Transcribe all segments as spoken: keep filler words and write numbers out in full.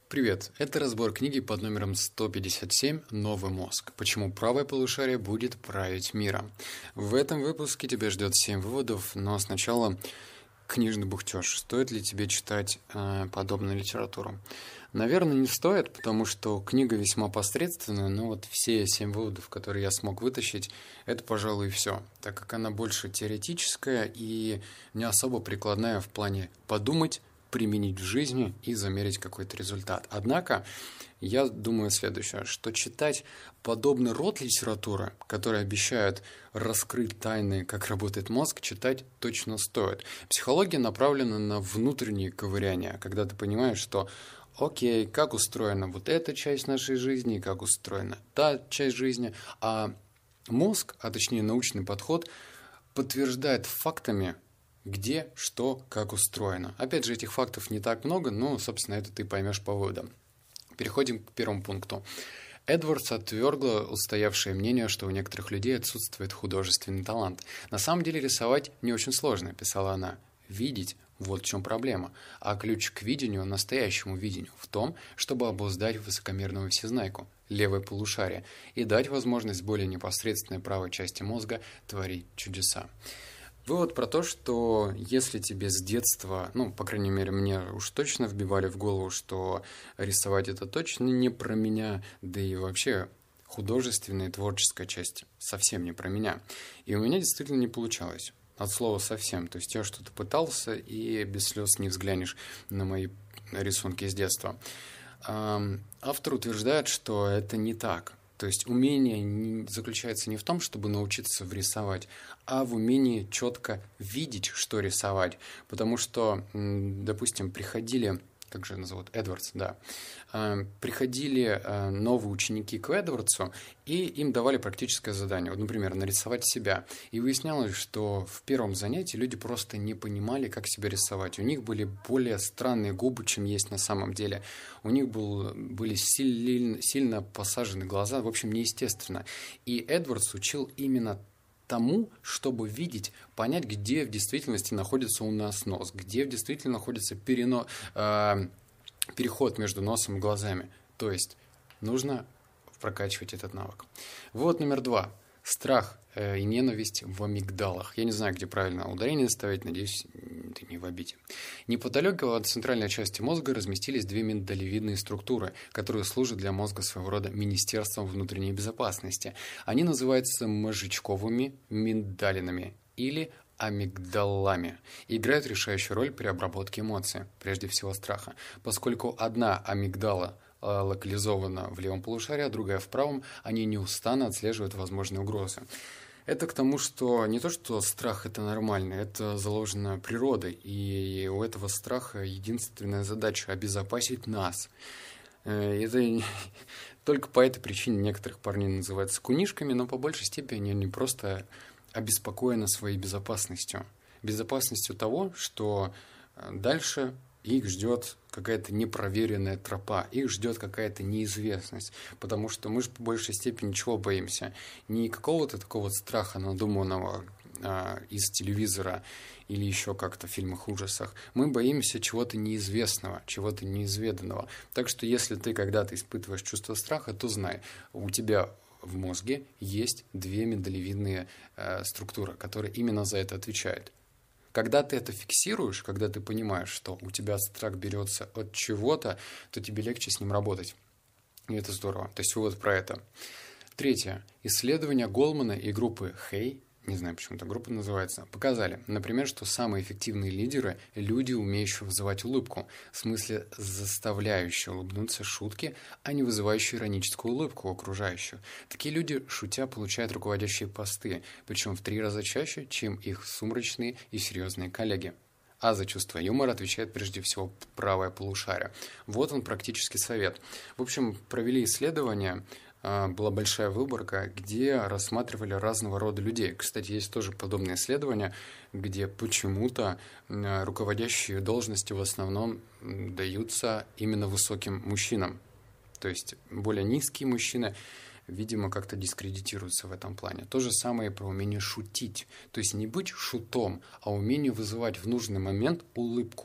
Привет, это разбор книги под номером сто пятьдесят семь «Новый мозг. Почему правое полушарие будет править миром». В этом выпуске тебя ждет семь выводов, но сначала книжный бухтеж. Стоит ли тебе читать э, подобную литературу? Наверное, не стоит, потому что книга весьма посредственная, но вот все семь выводов, которые я смог вытащить, это, пожалуй, и все, так как она больше теоретическая и не особо прикладная в плане подумать, применить в жизни и замерить какой-то результат. Однако, я думаю следующее, что читать подобный род литературы, который обещает раскрыть тайны, как работает мозг, читать точно стоит. Психология направлена на внутренние ковыряния, когда ты понимаешь, что окей, как устроена вот эта часть нашей жизни, как устроена та часть жизни, а мозг, а точнее научный подход, подтверждает фактами, где, что, как устроено. Опять же, этих фактов не так много, но, собственно, это ты поймешь по выводам. Переходим к первому пункту. Эдвардс отвергло устоявшее мнение, что у некоторых людей отсутствует художественный талант. На самом деле рисовать не очень сложно, писала она. Видеть – вот в чем проблема. А ключ к видению, настоящему видению, в том, чтобы обуздать высокомерного всезнайку, левое полушарие, и дать возможность более непосредственной правой части мозга творить чудеса. Вывод про то, что если тебе с детства, ну, по крайней мере, мне уж точно вбивали в голову, что рисовать это точно не про меня, да и вообще художественная и творческая часть совсем не про меня. И у меня действительно не получалось. От слова совсем. То есть я что-то пытался, и без слез не взглянешь на мои рисунки с детства. Автор утверждает, что это не так. То есть умение заключается не в том, чтобы научиться рисовать, а в умении четко видеть, что рисовать. Потому что, допустим, приходили, как же назовут, Эдвардс, да, приходили новые ученики к Эдвардсу, и им давали практическое задание. Вот, например, нарисовать себя. И выяснялось, что в первом занятии люди просто не понимали, как себя рисовать. У них были более странные губы, чем есть на самом деле. У них был, были сильно, сильно посажены глаза, в общем, неестественно. И Эдвардс учил именно тому, чтобы видеть, понять, где в действительности находится у нас нос, где в действительности находится перено, э, переход между носом и глазами. То есть нужно прокачивать этот навык. Вот номер два. Страх э, и ненависть в амигдалах. Я не знаю, где правильно ударение ставить, надеюсь, ты не в обиде. Неподалеку от центральной части мозга разместились две миндалевидные структуры, которые служат для мозга своего рода министерством внутренней безопасности. Они называются мозжечковыми миндалинами или амигдалами и играют решающую роль при обработке эмоций, прежде всего страха. Поскольку одна амигдала локализована в левом полушарии, а другая в правом, они неустанно отслеживают возможные угрозы. Это к тому, что не то, что страх – это нормально, это заложено природой, и у этого страха единственная задача – обезопасить нас. Это только по этой причине некоторых парней называются кунишками, но по большей степени они просто обеспокоены своей безопасностью. Безопасностью того, что дальше их ждет какая-то непроверенная тропа, их ждет какая-то неизвестность, потому что мы же по большей степени чего боимся? Не какого-то такого страха надуманного а, из телевизора или еще как-то в фильмах ужасах. Мы боимся чего-то неизвестного, чего-то неизведанного. Так что если ты когда-то испытываешь чувство страха, то знай, у тебя в мозге есть две миндалевидные э, структуры, которые именно за это отвечают. Когда ты это фиксируешь, когда ты понимаешь, что у тебя страх берется от чего-то, то тебе легче с ним работать. И это здорово. То есть вот про это. Третье. Исследования Голмана и группы Хей, не знаю, почему эта группа называется, показали, например, что самые эффективные лидеры – люди, умеющие вызывать улыбку, в смысле заставляющие улыбнуться шутки, а не вызывающие ироническую улыбку у окружающих. Такие люди, шутя, получают руководящие посты, причем в три раза чаще, чем их сумрачные и серьезные коллеги. А за чувство юмора отвечает прежде всего правое полушарие. Вот он практический совет. В общем, провели исследования, была большая выборка, где рассматривали разного рода людей. Кстати, есть тоже подобные исследования, где почему-то руководящие должности в основном даются именно высоким мужчинам. То есть более низкие мужчины, видимо, как-то дискредитируются в этом плане. То же самое и про умение шутить. То есть не быть шутом, а умение вызывать в нужный момент улыбку.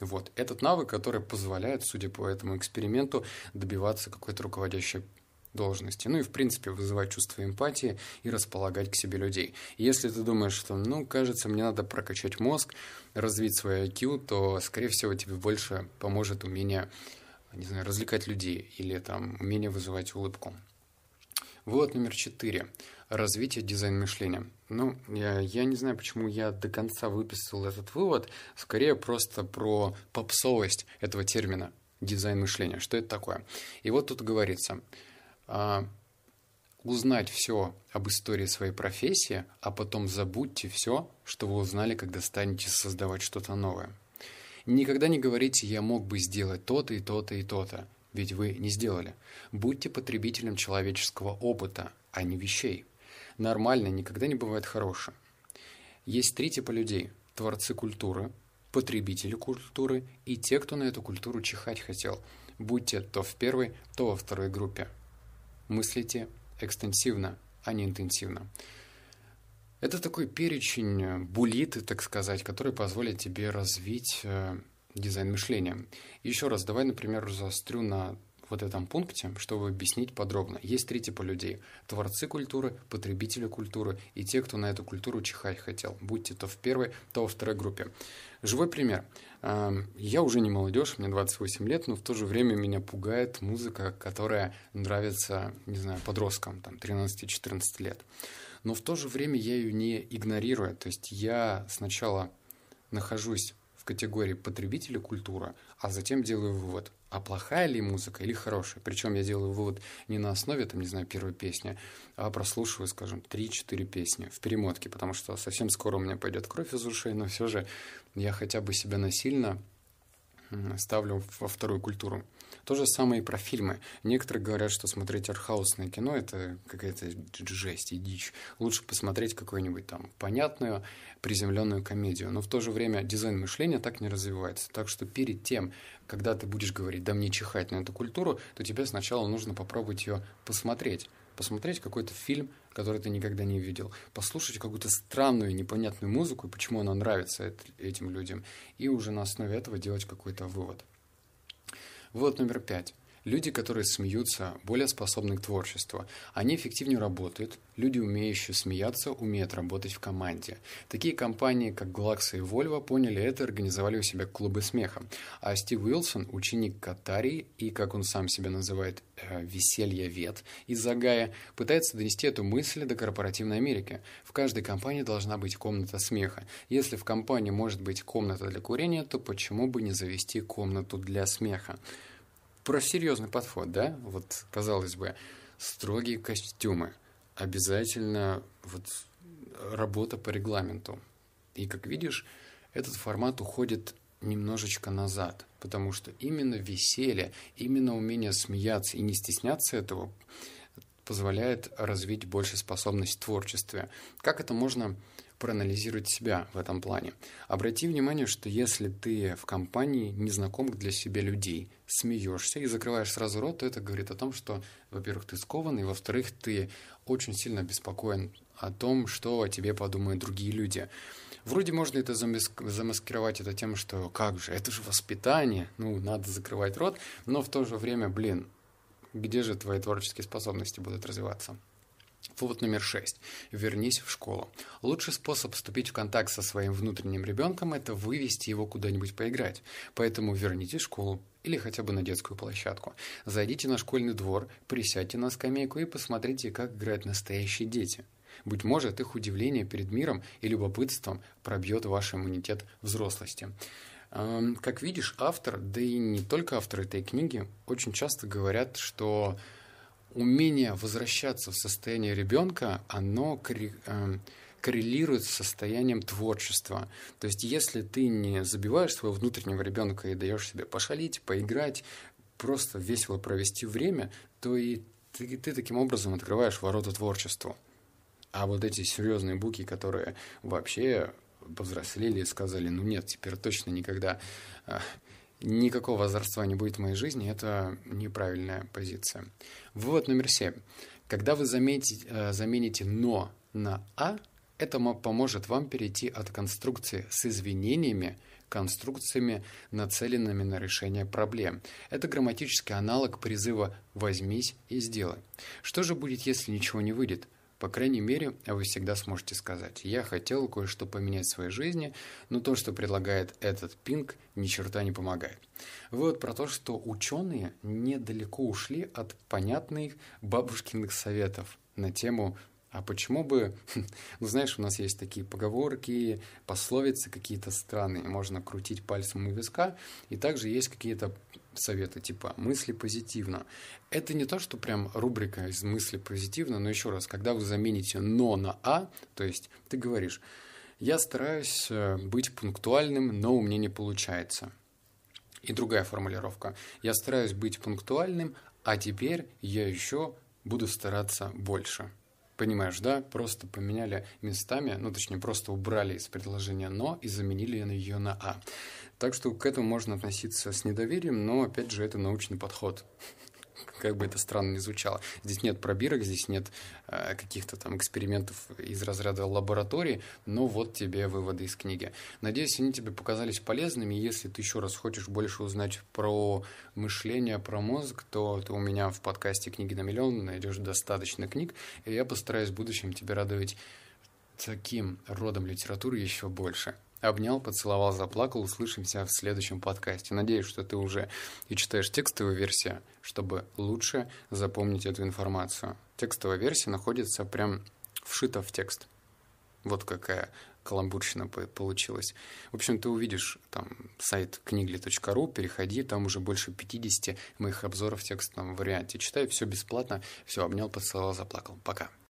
Вот. Этот навык, который позволяет, судя по этому эксперименту, добиваться какой-то руководящей должности. Ну и, в принципе, вызывать чувство эмпатии и располагать к себе людей. И если ты думаешь, что, ну, кажется, мне надо прокачать мозг, развить свой ай кью, то, скорее всего, тебе больше поможет умение, не знаю, развлекать людей или там умение вызывать улыбку. Вывод номер четыре. Развитие дизайн-мышления. Ну, я, я не знаю, почему я до конца выписал этот вывод. Скорее просто про попсовость этого термина дизайн-мышления. Что это такое? И вот тут говорится, а, узнать все об истории своей профессии, а потом забудьте все, что вы узнали, когда станете создавать что-то новое. Никогда не говорите «я мог бы сделать то-то и то-то и то-то», ведь вы не сделали. Будьте потребителем человеческого опыта, а не вещей. Нормально никогда не бывает хорошим. Есть три типа людей: творцы культуры, потребители культуры и те, кто на эту культуру чихать хотел. Будьте то в первой, то во второй группе. Мыслите экстенсивно, а не интенсивно. Это такой перечень буллиты, так сказать, который позволит тебе развить э, дизайн мышления. Еще раз, давай, например, заострю на вот этом пункте, чтобы объяснить подробно. Есть три типа людей: творцы культуры, потребители культуры и те, кто на эту культуру чихать хотел. Будьте то в первой, то во второй группе. Живой пример. Я уже не молодежь, мне двадцать восемь лет, но в то же время меня пугает музыка, которая нравится, не знаю, подросткам, там, тринадцать-четырнадцать лет. Но в то же время я ее не игнорирую. То есть я сначала нахожусь в категории потребителя культуры, а затем делаю вывод, а плохая ли музыка или хорошая. Причем я делаю вывод не на основе, там, не знаю, первой песни, а прослушиваю, скажем, три-четыре песни в перемотке, потому что совсем скоро у меня пойдет кровь из ушей, но все же я хотя бы себя насильно ставлю во вторую культуру. То же самое и про фильмы. Некоторые говорят, что смотреть артхаусное кино — это какая-то жесть и дичь. Лучше посмотреть какую-нибудь там понятную, приземленную комедию. Но в то же время дизайн мышления так не развивается. Так что перед тем, когда ты будешь говорить «да мне чихать на эту культуру», то тебе сначала нужно попробовать ее посмотреть. Посмотреть какой-то фильм, который ты никогда не видел, послушать какую-то странную, непонятную музыку, и почему она нравится этим людям, и уже на основе этого делать какой-то вывод. Вывод номер пять. Люди, которые смеются, более способны к творчеству. Они эффективнее работают. Люди, умеющие смеяться, умеют работать в команде. Такие компании, как Glaxo и Volvo, поняли это и организовали у себя клубы смеха. А Стив Уилсон, ученик Катарии и, как он сам себя называет, весельевед из Огайо, пытается донести эту мысль до корпоративной Америки. В каждой компании должна быть комната смеха. Если в компании может быть комната для курения, то почему бы не завести комнату для смеха? Про серьезный подход, да? Вот, казалось бы, строгие костюмы, обязательно вот работа по регламенту. И, как видишь, этот формат уходит немножечко назад, потому что именно веселье, именно умение смеяться и не стесняться этого позволяет развить больше способность в творчестве. Как это можно проанализировать себя в этом плане? Обрати внимание, что если ты в компании незнакомых для себя людей смеешься и закрываешь сразу рот, то это говорит о том, что, во-первых, ты скован, и, во-вторых, ты очень сильно обеспокоен о том, что о тебе подумают другие люди. Вроде можно это замаскировать это тем, что как же, это же воспитание, ну, надо закрывать рот, но в то же время, блин, где же твои творческие способности будут развиваться? Вывод номер шесть. Вернись в школу. Лучший способ вступить в контакт со своим внутренним ребенком – это вывести его куда-нибудь поиграть. Поэтому вернитесь в школу или хотя бы на детскую площадку. Зайдите на школьный двор, присядьте на скамейку и посмотрите, как играют настоящие дети. Быть может, их удивление перед миром и любопытством пробьет ваш иммунитет взрослости. Как видишь, автор, да и не только автор этой книги, очень часто говорят, что умение возвращаться в состояние ребенка, оно коррелирует с состоянием творчества. То есть, если ты не забиваешь своего внутреннего ребенка и даешь себе пошалить, поиграть, просто весело провести время, то и ты, ты таким образом открываешь ворота творчеству. А вот эти серьезные буки, которые вообще повзрослели и сказали, ну нет, теперь точно никогда никакого озорства не будет в моей жизни, это неправильная позиция. Вывод номер семь. Когда вы заметите, замените «но» на «а», Это мо- поможет вам перейти от конструкции с извинениями к конструкциями, нацеленными на решение проблем. Это грамматический аналог призыва «возьмись и сделай». Что же будет, если ничего не выйдет? По крайней мере, вы всегда сможете сказать: «Я хотел кое-что поменять в своей жизни, но то, что предлагает этот пинг, ни черта не помогает». Вот про то, что ученые недалеко ушли от понятных бабушкиных советов на тему «а почему бы...» Ну, знаешь, у нас есть такие поговорки, пословицы какие-то странные, можно крутить пальцем у виска, и также есть какие-то советы, типа «мысли позитивно». Это не то, что прям рубрика из «мысли позитивно», но еще раз, когда вы замените «но» на «а», то есть ты говоришь: «Я стараюсь быть пунктуальным, но у меня не получается». И другая формулировка: «Я стараюсь быть пунктуальным, а теперь я еще буду стараться больше». Понимаешь, да? Просто поменяли местами, ну, точнее, просто убрали из предложения «но» и заменили ее на «а». Так что к этому можно относиться с недоверием, но, опять же, это научный подход. Как бы это странно ни звучало. Здесь нет пробирок, здесь нет э, каких-то там экспериментов из разряда лаборатории, но вот тебе выводы из книги. Надеюсь, они тебе показались полезными. Если ты еще раз хочешь больше узнать про мышление, про мозг, то ты у меня в подкасте «Книги на миллион» найдешь достаточно книг, и я постараюсь в будущем тебе радовать таким родом литературы еще больше. Обнял, поцеловал, заплакал. Услышимся в следующем подкасте. Надеюсь, что ты уже и читаешь текстовую версию, чтобы лучше запомнить эту информацию. Текстовая версия находится прям вшита в текст. Вот какая каламбурщина получилась. В общем, ты увидишь там сайт книгли точка ру, переходи, там уже больше пятьдесят моих обзоров в текстовом варианте. Читай, все бесплатно. Все, обнял, поцеловал, заплакал. Пока.